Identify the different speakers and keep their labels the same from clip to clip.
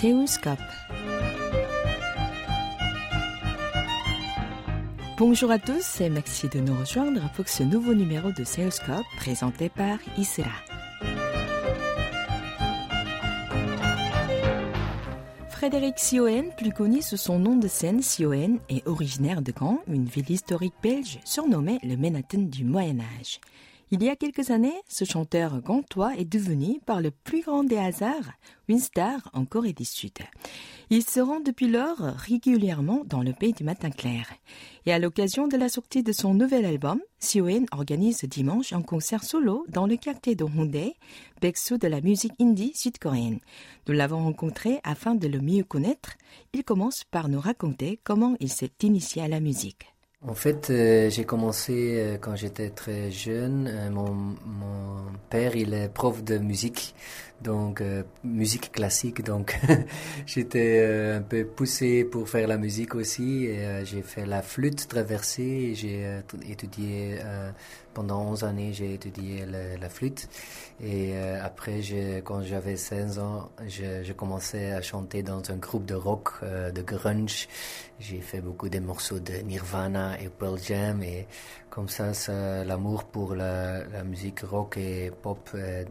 Speaker 1: Séoulscope. Bonjour à tous et merci de nous rejoindre pour ce nouveau numéro de Séoulscope présenté par Isra. Frédéric Sioen, plus connu sous son nom de scène Sioen, est originaire de Gand, une ville historique belge surnommée le Manhattan du Moyen-Âge. Il y a quelques années, ce chanteur gantois est devenu, par le plus grand des hasards, une star en Corée du Sud. Il se rend depuis lors régulièrement dans le pays du matin clair. Et à l'occasion de la sortie de son nouvel album, Sioen organise dimanche un concert solo dans le quartier de Hongdae, berceau de la musique indie sud-coréenne. Nous l'avons rencontré afin de le mieux connaître. Il commence par nous raconter comment il s'est initié à la musique.
Speaker 2: En fait, j'ai commencé quand j'étais très jeune. Mon père, il est prof de musique, donc musique classique. Donc, j'étais un peu poussé pour faire la musique aussi. Et, j'ai fait la flûte traversée. J'ai étudié pendant 11 années, j'ai étudié la flûte. Et après, quand j'avais 16 ans, je commençais à chanter dans un groupe de rock, de grunge. J'ai fait beaucoup de morceaux de Nirvana et Pearl Jam. Et comme ça l'amour pour la musique rock et pop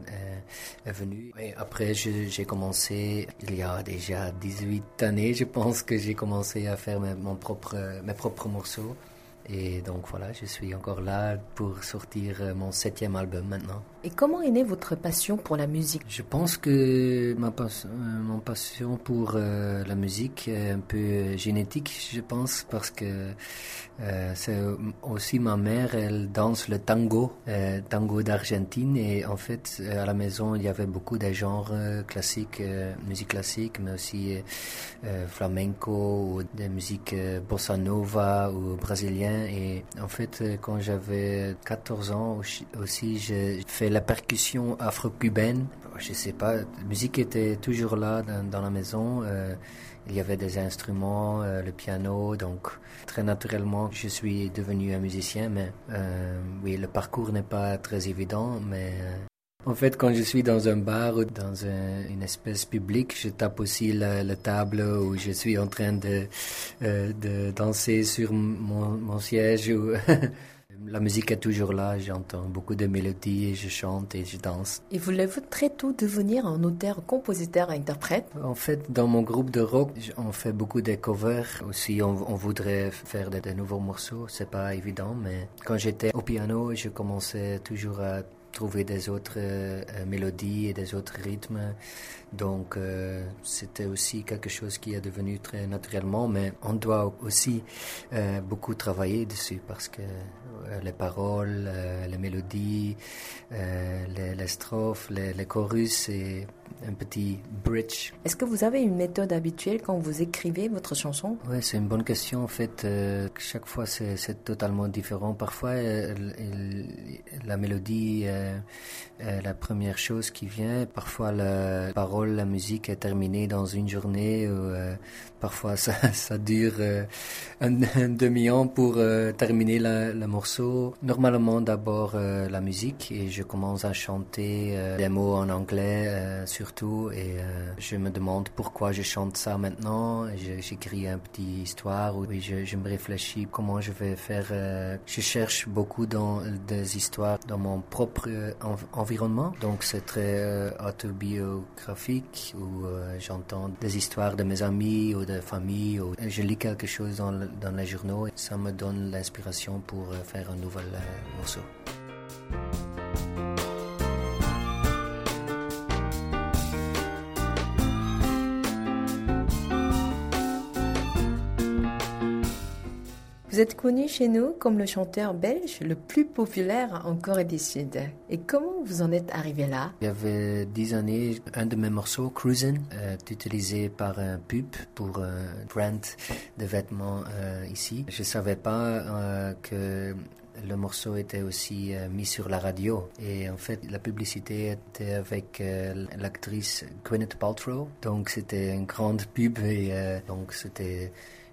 Speaker 2: est venu. Et après, j'ai commencé, il y a déjà 18 années, je pense que j'ai commencé à faire mes propres morceaux. Et donc voilà, je suis encore là pour sortir mon 7e album maintenant.
Speaker 1: Et comment est née votre passion pour la musique ?
Speaker 2: Je pense que mon passion pour la musique est un peu génétique, je pense, parce que c'est aussi ma mère, elle danse le tango d'Argentine. Et en fait, à la maison, il y avait beaucoup de genres classiques, musique classique, mais aussi flamenco ou de musique bossa nova ou brésilienne. Et en fait, quand j'avais 14 ans aussi, j'ai fait la percussion afro-cubaine. Je sais pas, la musique était toujours là dans la maison. Il y avait des instruments, le piano, donc très naturellement, je suis devenu un musicien. Mais oui, le parcours n'est pas très évident, mais en fait, quand je suis dans un bar ou dans une espèce publique, je tape aussi la table où je suis en train de danser sur mon siège. La musique est toujours là, j'entends beaucoup de mélodies et je chante et je danse.
Speaker 1: Et voulez-vous très tôt devenir un auteur, compositeur, interprète ?
Speaker 2: En fait, dans mon groupe de rock, on fait beaucoup de covers. Aussi, on voudrait faire de nouveaux morceaux, c'est pas évident, mais quand j'étais au piano, je commençais toujours à trouver des autres mélodies et des autres rythmes. Donc, c'était aussi quelque chose qui est devenu très naturellement, mais on doit aussi beaucoup travailler dessus parce que les paroles, les mélodies, les strophes, les chorus et un petit bridge.
Speaker 1: Est-ce que vous avez une méthode habituelle quand vous écrivez votre chanson ?
Speaker 2: Oui, c'est une bonne question. En fait, chaque fois, c'est totalement différent. Parfois, la mélodie est la première chose qui vient. Parfois, la parole, la musique est terminée dans une journée. Ou, parfois, ça dure un demi-an pour terminer le morceau. Normalement, d'abord, la musique. Et je commence à chanter des mots en anglais, surtout. Et je me demande pourquoi je chante ça maintenant. J'écris un petit histoire. Oui, je me réfléchis comment je vais faire. Je cherche beaucoup dans des histoires dans mon propre environnement. Donc c'est très autobiographique où j'entends des histoires de mes amis ou de famille. Ou je lis quelque chose dans les journaux et ça me donne l'inspiration pour faire un nouvel morceau.
Speaker 1: Vous êtes connu chez nous comme le chanteur belge le plus populaire en Corée du Sud. Et comment vous en êtes arrivé là ?
Speaker 2: Il y avait 10 années, un de mes morceaux, Cruisin', est utilisé par un pub pour un brand de vêtements ici. Je ne savais pas que le morceau était aussi mis sur la radio. Et en fait, la publicité était avec l'actrice Gwyneth Paltrow. Donc c'était une grande pub et donc c'était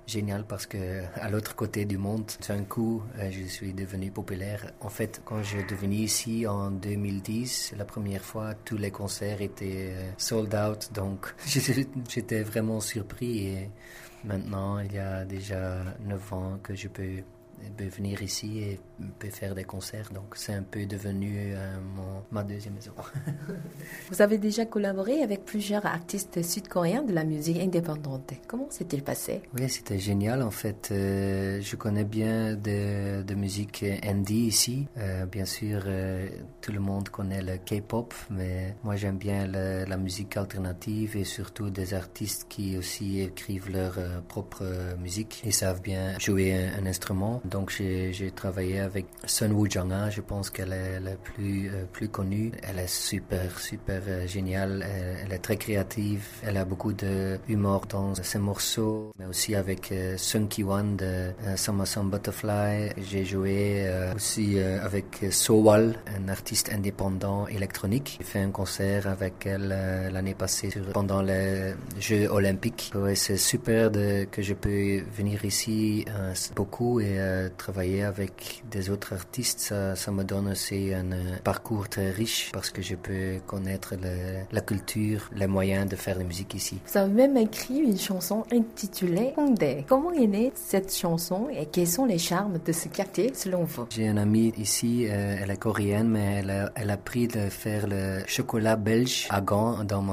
Speaker 2: génial parce que à l'autre côté du monde, d'un coup, je suis devenu populaire. En fait, quand je suis devenu ici en 2010, la première fois, tous les concerts étaient sold out. Donc, j'étais vraiment surpris. Et maintenant, il y a déjà 9 ans que je peux venir ici et peut faire des concerts. Donc, c'est un peu devenu ma deuxième maison.
Speaker 1: Vous avez déjà collaboré avec plusieurs artistes sud-coréens de la musique indépendante. Comment s'est-il passé?
Speaker 2: Oui, c'était génial. En fait, je connais bien de musique indie ici. Bien sûr, tout le monde connaît le K-pop, mais moi, j'aime bien la musique alternative et surtout des artistes qui aussi écrivent leur propre musique et savent bien jouer un instrument. Donc, j'ai travaillé avec Sun Woo Jung-ha. Je pense qu'elle est la plus connue. Elle est super géniale. Elle est très créative. Elle a beaucoup d'humour dans ses morceaux, mais aussi avec Sung Ki-won de Summer Sun Butterfly. J'ai joué aussi avec Sowal, un artiste indépendant électronique. J'ai fait un concert avec elle l'année passée pendant les Jeux olympiques. Ouais, c'est super que je peux venir ici beaucoup et travailler avec des autres artistes. Ça me donne aussi un parcours très riche parce que je peux connaître la culture, les moyens de faire de la musique ici.
Speaker 1: Vous avez même écrit une chanson intitulée Hongdae. Comment est née cette chanson et quels sont les charmes de ce quartier selon vous?
Speaker 2: J'ai une amie ici, elle est coréenne, mais elle a appris de faire le chocolat belge à Gand dans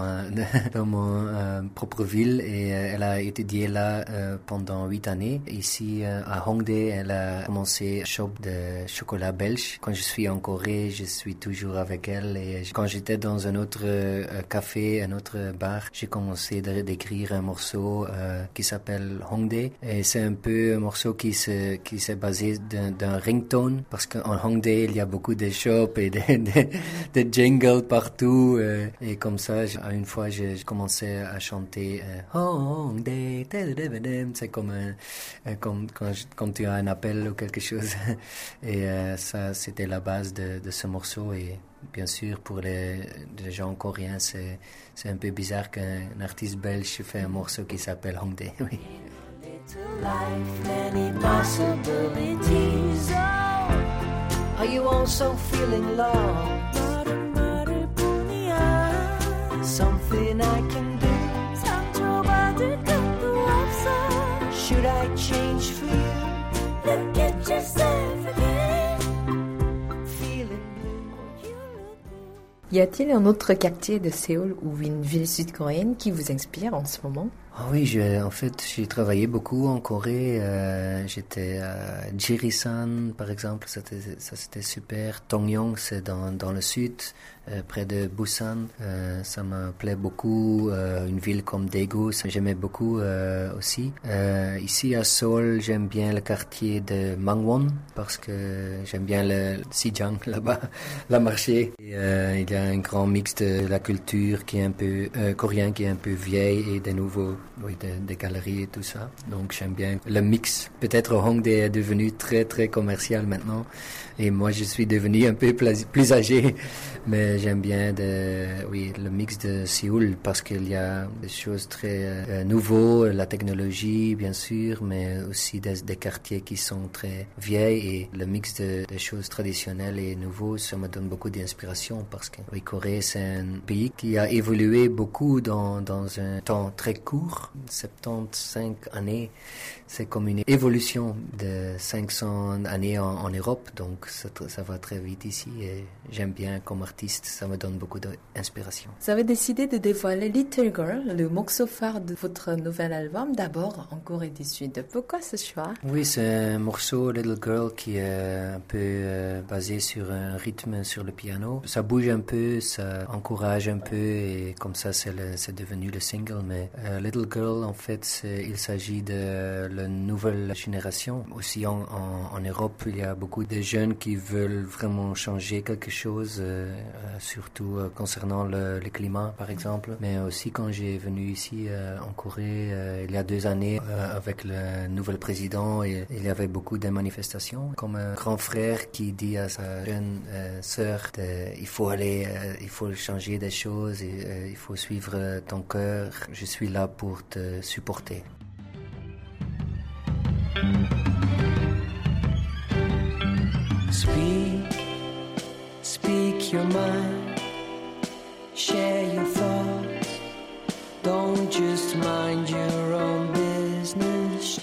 Speaker 2: mon propre ville et elle a étudié là pendant 8 années. Ici à Hongdae, elle a commencé un shop de chocolat belge. Quand je suis en Corée, je suis toujours avec elle et quand j'étais dans un autre café, un autre bar, j'ai commencé d'écrire un morceau qui s'appelle Hongdae et c'est un peu un morceau qui s'est basé d'un ringtone parce qu'en Hongdae, il y a beaucoup de shops et de jingles partout et comme ça, une fois, j'ai commencé à chanter Hongdae, c'est comme quand tu as un appel ou quelque chose et ça, c'était la base de ce morceau et bien sûr, pour les gens coréens, c'est un peu bizarre qu'un artiste belge fait un morceau qui s'appelle Hongdae. Oui. Are you also feeling lost? Something I can do. Should I change for you? Look at yourself again.
Speaker 1: Y a-t-il un autre quartier de Séoul ou une ville sud-coréenne qui vous inspire en ce moment?
Speaker 2: Ah oui, en fait, j'ai travaillé beaucoup en Corée. J'étais à Jirisan, par exemple, c'était super. Dongyong, c'est dans le sud, près de Busan. Ça me plaît beaucoup. Une ville comme Daegu, j'aimais beaucoup aussi. Ici à Seoul, j'aime bien le quartier de Mangwon parce que j'aime bien le Sijang là-bas, la marché. Et, il y a un grand mix de la culture qui est un peu coréen, qui est un peu vieille et des nouveaux. Oui, des galeries et tout ça. Donc, j'aime bien le mix. Peut-être Hongdae est devenu très, très commercial maintenant. Et moi, je suis devenu un peu plus âgé. Mais j'aime bien le mix de Séoul parce qu'il y a des choses très nouveaux, la technologie, bien sûr, mais aussi des quartiers qui sont très vieilles. Et le mix des choses traditionnelles et nouveaux, ça me donne beaucoup d'inspiration parce que oui, Corée, c'est un pays qui a évolué beaucoup dans un temps très court. 75 années, c'est comme une évolution de 500 années en Europe, donc ça va très vite ici et j'aime bien comme artiste, ça me donne beaucoup d'inspiration.
Speaker 1: Vous avez décidé de dévoiler Little Girl, le morceau phare de votre nouvel album, d'abord en Corée du Sud. Pourquoi ce choix?
Speaker 2: Oui, c'est un morceau Little Girl qui est un peu basé sur un rythme sur le piano. Ça bouge un peu, ça encourage un peu et comme ça c'est devenu le single, mais Little Girl, en fait, il s'agit de la nouvelle génération. Aussi en Europe, il y a beaucoup de jeunes qui veulent vraiment changer quelque chose, surtout concernant le climat, par exemple. Mais aussi quand j'ai venu ici en Corée, il y a 2 années, avec le nouvel président, il y avait beaucoup de manifestations. Comme un grand frère qui dit à sa jeune sœur, il faut changer des choses, et, il faut suivre ton cœur. Je suis là pour te supporter.
Speaker 3: Speak your mind, share your thoughts. Don't just mind your own business.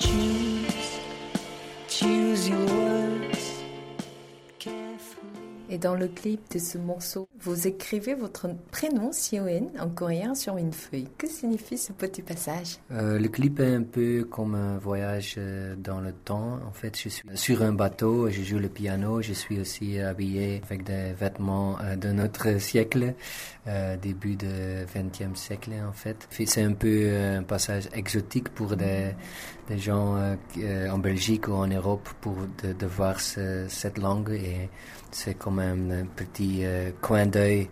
Speaker 3: Choose your words carefully.
Speaker 1: Et dans le clip de ce morceau, vous écrivez votre prénom Sion en coréen sur une feuille. Que signifie ce petit passage?
Speaker 2: Le clip est un peu comme un voyage dans le temps. En fait, je suis sur un bateau, je joue le piano, je suis aussi habillé avec des vêtements de notre siècle, début du XXe siècle en fait. C'est un peu un passage exotique pour des gens en Belgique ou en Europe pour de voir cette langue, et c'est comme un petit coin d'œil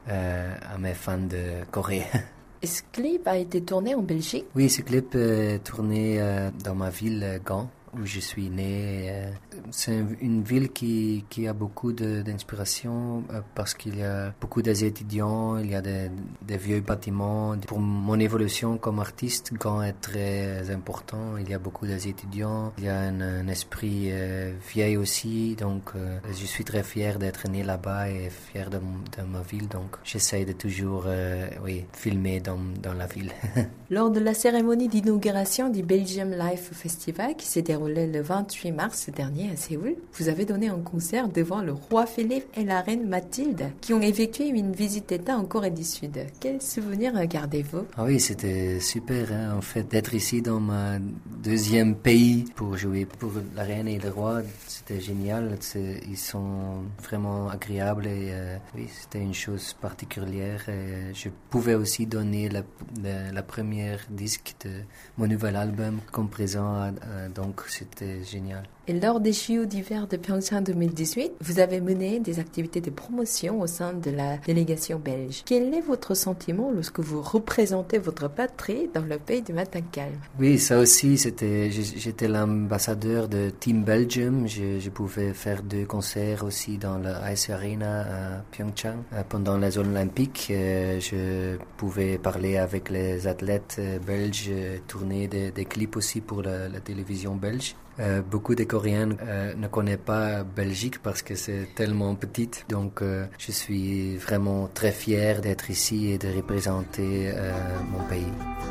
Speaker 2: à mes fans de Corée.
Speaker 1: Et ce clip a été tourné en Belgique?
Speaker 2: Oui, ce clip est tourné dans ma ville, Gand, où je suis né. C'est une ville qui a beaucoup d'inspiration parce qu'il y a beaucoup d'étudiants, il y a des vieux bâtiments. Pour mon évolution comme artiste, Gand est très important. Il y a beaucoup d'étudiants, il y a un esprit vieil aussi. Donc, je suis très fier d'être né là-bas et fier de ma ville. Donc, j'essaie de toujours filmer dans la ville.
Speaker 1: Lors de la cérémonie d'inauguration du Belgium Life Festival qui s'est déroulée le 28 mars dernier à Séoul, vous avez donné un concert devant le roi Philippe et la reine Mathilde qui ont effectué une visite d'État en Corée du Sud. Quels souvenirs gardez-vous?
Speaker 2: Ah oui, c'était super en fait d'être ici dans ma deuxième pays pour jouer pour la reine et le roi. C'était génial, ils sont vraiment agréables et oui, c'était une chose particulière. Et je pouvais aussi donner la première disque de mon nouvel album comme présent, donc c'était génial.
Speaker 1: Et lors des JO d'hiver de Pyeongchang 2018, vous avez mené des activités de promotion au sein de la délégation belge. Quel est votre sentiment lorsque vous représentez votre patrie dans le pays du matin calme?
Speaker 2: Oui, ça aussi, j'étais l'ambassadeur de Team Belgium. Je pouvais faire 2 concerts aussi dans la Ice Arena à Pyeongchang. Pendant les Olympiques, je pouvais parler avec les athlètes belges, tourner des clips aussi pour la télévision belge. Beaucoup de Coréens ne connaissent pas Belgique parce que c'est tellement petite. Donc, je suis vraiment très fier d'être ici et de représenter mon pays.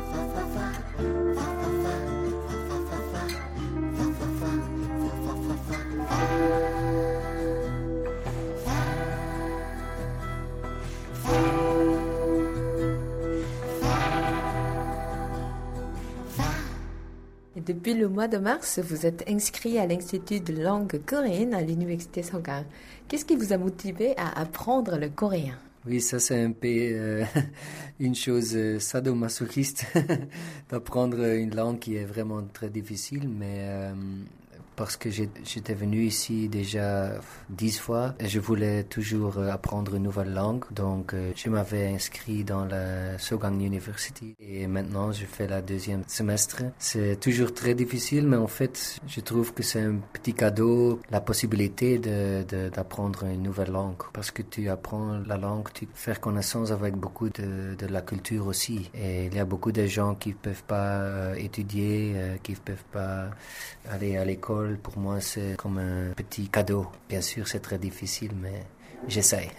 Speaker 1: Et depuis le mois de mars, vous êtes inscrit à l'Institut de langue coréenne à l'Université Sogang. Qu'est-ce qui vous a motivé à apprendre le coréen?
Speaker 2: Oui, ça c'est un peu une chose sadomasochiste d'apprendre une langue qui est vraiment très difficile, mais parce que j'étais venu ici déjà 10 fois et je voulais toujours apprendre une nouvelle langue. Donc, je m'avais inscrit dans la Sogang University et maintenant je fais la 2e semestre. C'est toujours très difficile, mais en fait, je trouve que c'est un petit cadeau, la possibilité d'apprendre une nouvelle langue. Parce que tu apprends la langue, tu fais connaissance avec beaucoup de la culture aussi. Et il y a beaucoup de gens qui ne peuvent pas étudier, qui ne peuvent pas aller à l'école. Pour moi, c'est comme un petit cadeau. Bien sûr, c'est très difficile, mais j'essaie.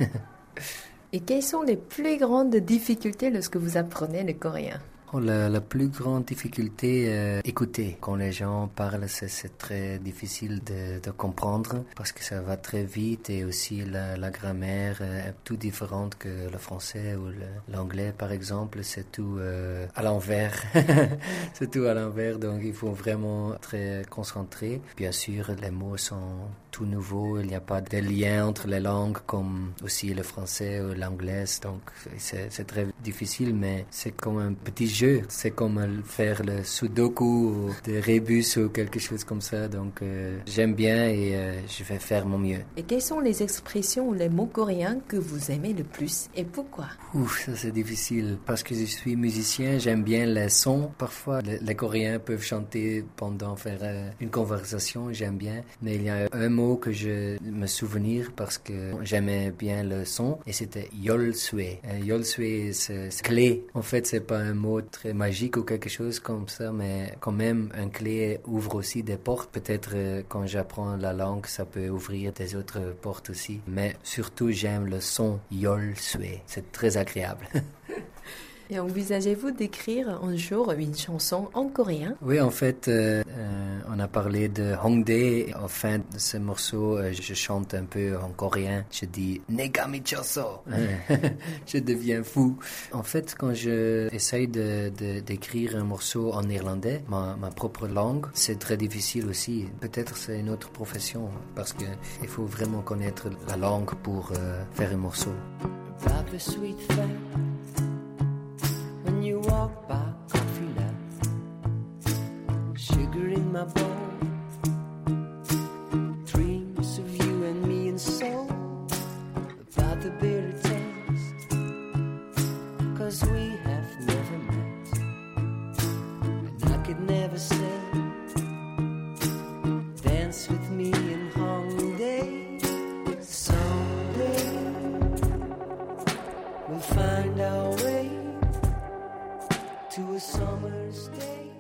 Speaker 1: Et quelles sont les plus grandes difficultés lorsque vous apprenez le coréen?
Speaker 2: La plus grande difficulté, écouter. Quand les gens parlent, c'est très difficile de comprendre parce que ça va très vite et aussi la grammaire est tout différente que le français ou l'anglais, par exemple. C'est tout à l'envers. C'est tout à l'envers, donc il faut vraiment être concentré. Bien sûr, les mots sont tout nouveaux. Il n'y a pas de lien entre les langues comme aussi le français ou l'anglais. Donc c'est très difficile, mais c'est comme un petit jeu. C'est comme faire le sudoku ou des rébus ou quelque chose comme ça. Donc j'aime bien et je vais faire mon mieux.
Speaker 1: Et quelles sont les expressions ou les mots coréens que vous aimez le plus et pourquoi?
Speaker 2: Ça c'est difficile. Parce que je suis musicien, j'aime bien les sons. Parfois, les Coréens peuvent chanter pendant faire une conversation, j'aime bien. Mais il y a un mot que je me souvenir parce que j'aimais bien le son et c'était Yolsue. Yolsue, c'est clé. En fait, c'est pas un mot très magique ou quelque chose comme ça, mais quand même, un clé ouvre aussi des portes. Peut-être quand j'apprends la langue, ça peut ouvrir des autres portes aussi. Mais surtout, j'aime le son Yol Sue. C'est très agréable.
Speaker 1: Et envisagez-vous d'écrire un jour une chanson en coréen?
Speaker 2: Oui, en fait, on a parlé de Hongdae. En fin de ce morceau, je chante un peu en coréen. Je dis « Nega michoso ». Je deviens fou. En fait, quand je essaye d'écrire un morceau en irlandais, ma propre langue, c'est très difficile aussi. Peut-être c'est une autre profession parce qu'il faut vraiment connaître la langue pour faire un morceau.
Speaker 3: About the sweet fact when you walk by coffee lab, sugar in my bowl, dreams of you and me and soul, about the bitter taste, 'cause we have never met, and I could never say, dance with me in Hongdae, someday we'll find our way to a summer's day.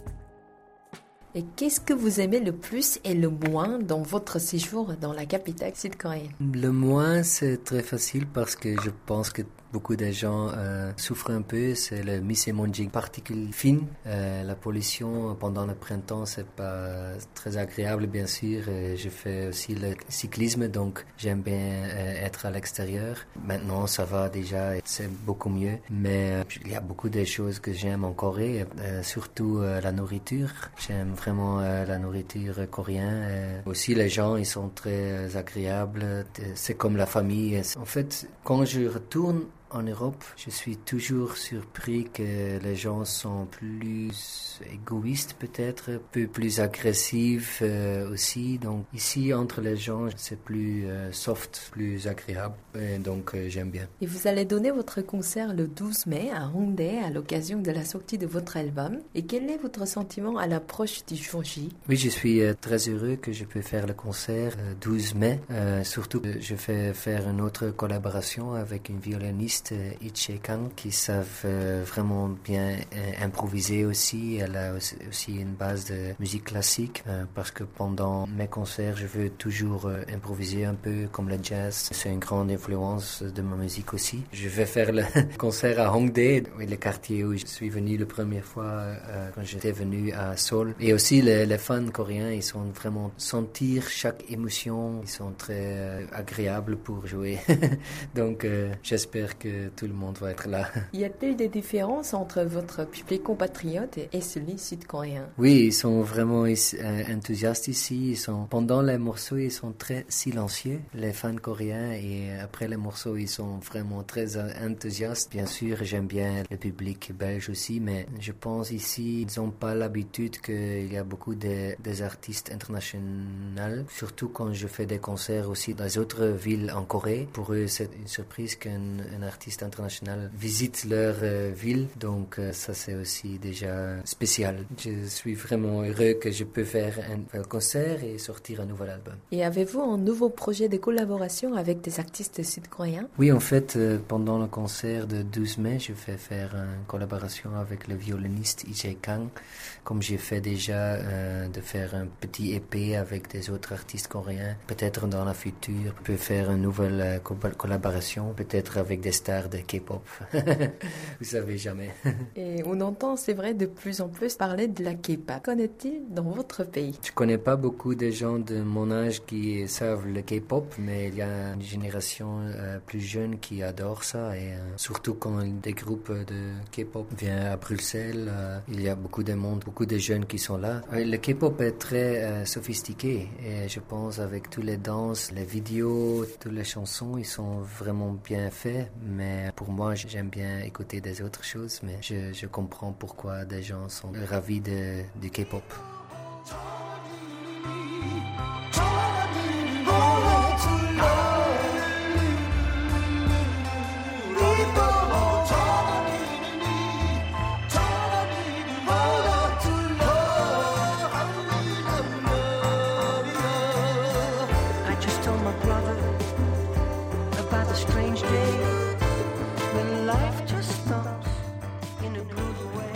Speaker 1: Et qu'est-ce que vous aimez le plus et le moins dans votre séjour dans la capitale sud-coréenne?
Speaker 2: Le moins, c'est très facile parce que je pense que beaucoup de gens souffrent un peu. C'est le misemonjing, particules fines. La pollution pendant le printemps, c'est pas très agréable, bien sûr. Je fais aussi le cyclisme, donc j'aime bien être à l'extérieur. Maintenant, ça va déjà, c'est beaucoup mieux. Mais il y a beaucoup de choses que j'aime en Corée, surtout la nourriture. J'aime vraiment la nourriture coréenne. Aussi, les gens, ils sont très agréables. C'est comme la famille. En fait, quand je retourne en Europe, je suis toujours surpris que les gens sont plus égoïstes peut-être, un peu plus agressifs aussi. Donc ici, entre les gens, c'est plus soft, plus agréable. Et donc j'aime bien.
Speaker 1: Et vous allez donner votre concert le 12 mai à Hongdae à l'occasion de la sortie de votre album. Et quel est votre sentiment à l'approche du jour J?
Speaker 2: Oui, je suis très heureux que je peux faire le concert 12 mai. Surtout que je fais faire une autre collaboration avec une violoniste Lee Jae-kang qui savent vraiment bien improviser aussi. Elle a aussi une base de musique classique parce que pendant mes concerts, je veux toujours improviser un peu comme le jazz. C'est une grande influence de ma musique aussi. Je vais faire le concert à Hongdae, le quartier où je suis venu la première fois quand j'étais venu à Seoul. Et aussi les fans coréens, ils sont vraiment sentir chaque émotion. Ils sont très agréables pour jouer. Donc j'espère que tout le monde va être là.
Speaker 1: Y a-t-il des différences entre votre public compatriote et celui sud-coréen?
Speaker 2: Oui, ils sont vraiment enthousiastes ici. Pendant les morceaux, ils sont très silencieux, les fans coréens, et après les morceaux, ils sont vraiment très enthousiastes. Bien sûr, j'aime bien le public belge aussi, mais je pense ici, ils n'ont pas l'habitude qu'il y a beaucoup des artistes internationaux, surtout quand je fais des concerts aussi dans les autres villes en Corée. Pour eux, c'est une surprise qu'un artiste international visite leur ville, donc ça c'est aussi déjà spécial. Je suis vraiment heureux que je peux faire un concert et sortir un nouvel album.
Speaker 1: Et avez-vous un nouveau projet de collaboration avec des artistes sud-coréens?
Speaker 2: Oui, en fait, pendant le concert de 12 mai, je vais faire une collaboration avec le violoniste Lee Jae-kang, comme j'ai fait déjà de faire un petit EP avec des autres artistes coréens. Peut-être dans la future, je peux faire une nouvelle collaboration, peut-être avec des stars de K-pop. Vous savez jamais.
Speaker 1: Et on entend, c'est vrai, de plus en plus parler de la K-pop. Qu'en est-il dans votre pays?
Speaker 2: Je connais pas beaucoup de gens de mon âge qui savent le K-pop, mais il y a une génération plus jeune qui adore ça, et surtout quand des groupes de K-pop viennent à Bruxelles, il y a beaucoup de monde, beaucoup de jeunes qui sont là. Le K-pop est très sophistiqué, et je pense avec toutes les danses, les vidéos, toutes les chansons, ils sont vraiment bien faits, mais pour moi, j'aime bien écouter des autres choses, mais je comprends pourquoi des gens sont ravis du K-pop.
Speaker 3: I just told my brother about the strange day when life just stops in a groove away.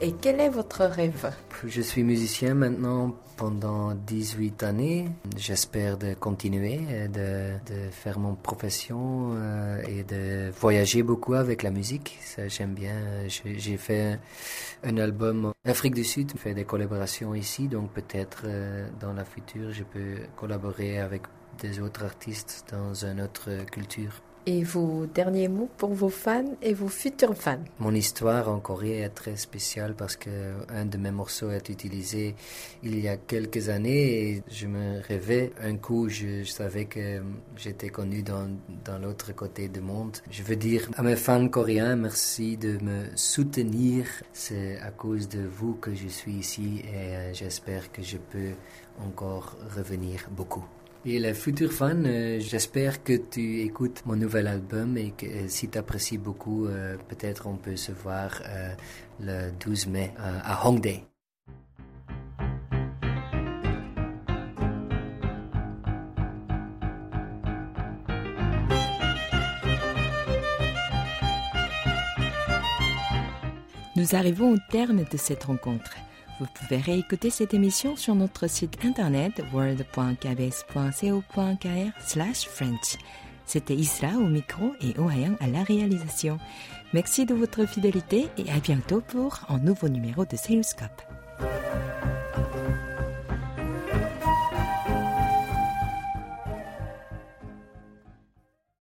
Speaker 1: Et quel est votre rêve?
Speaker 2: Je suis musicien maintenant pendant 18 années. J'espère de continuer, de faire mon profession et de voyager beaucoup avec la musique. Ça, j'aime bien. J'ai fait un album en Afrique du Sud, fait des collaborations ici, donc peut-être dans la future, je peux collaborer avec des autres artistes dans une autre culture.
Speaker 1: Et vos derniers mots pour vos fans et vos futurs fans?
Speaker 2: Mon histoire en Corée est très spéciale parce que un de mes morceaux est utilisé il y a quelques années et je me rêvais un coup, je savais que j'étais connu dans l'autre côté du monde. Je veux dire à mes fans coréens, merci de me soutenir. C'est à cause de vous que je suis ici et j'espère que je peux encore revenir beaucoup. Et les futurs fans, j'espère que tu écoutes mon nouvel album et que si tu apprécies beaucoup, peut-être on peut se voir le 12 mai à Hongdae.
Speaker 1: Nous arrivons au terme de cette rencontre. Vous pouvez réécouter cette émission sur notre site internet world.kbs.co.kr/French. C'était Isra au micro et Ohayang à la réalisation. Merci de votre fidélité et à bientôt pour un nouveau numéro de Séoulscope.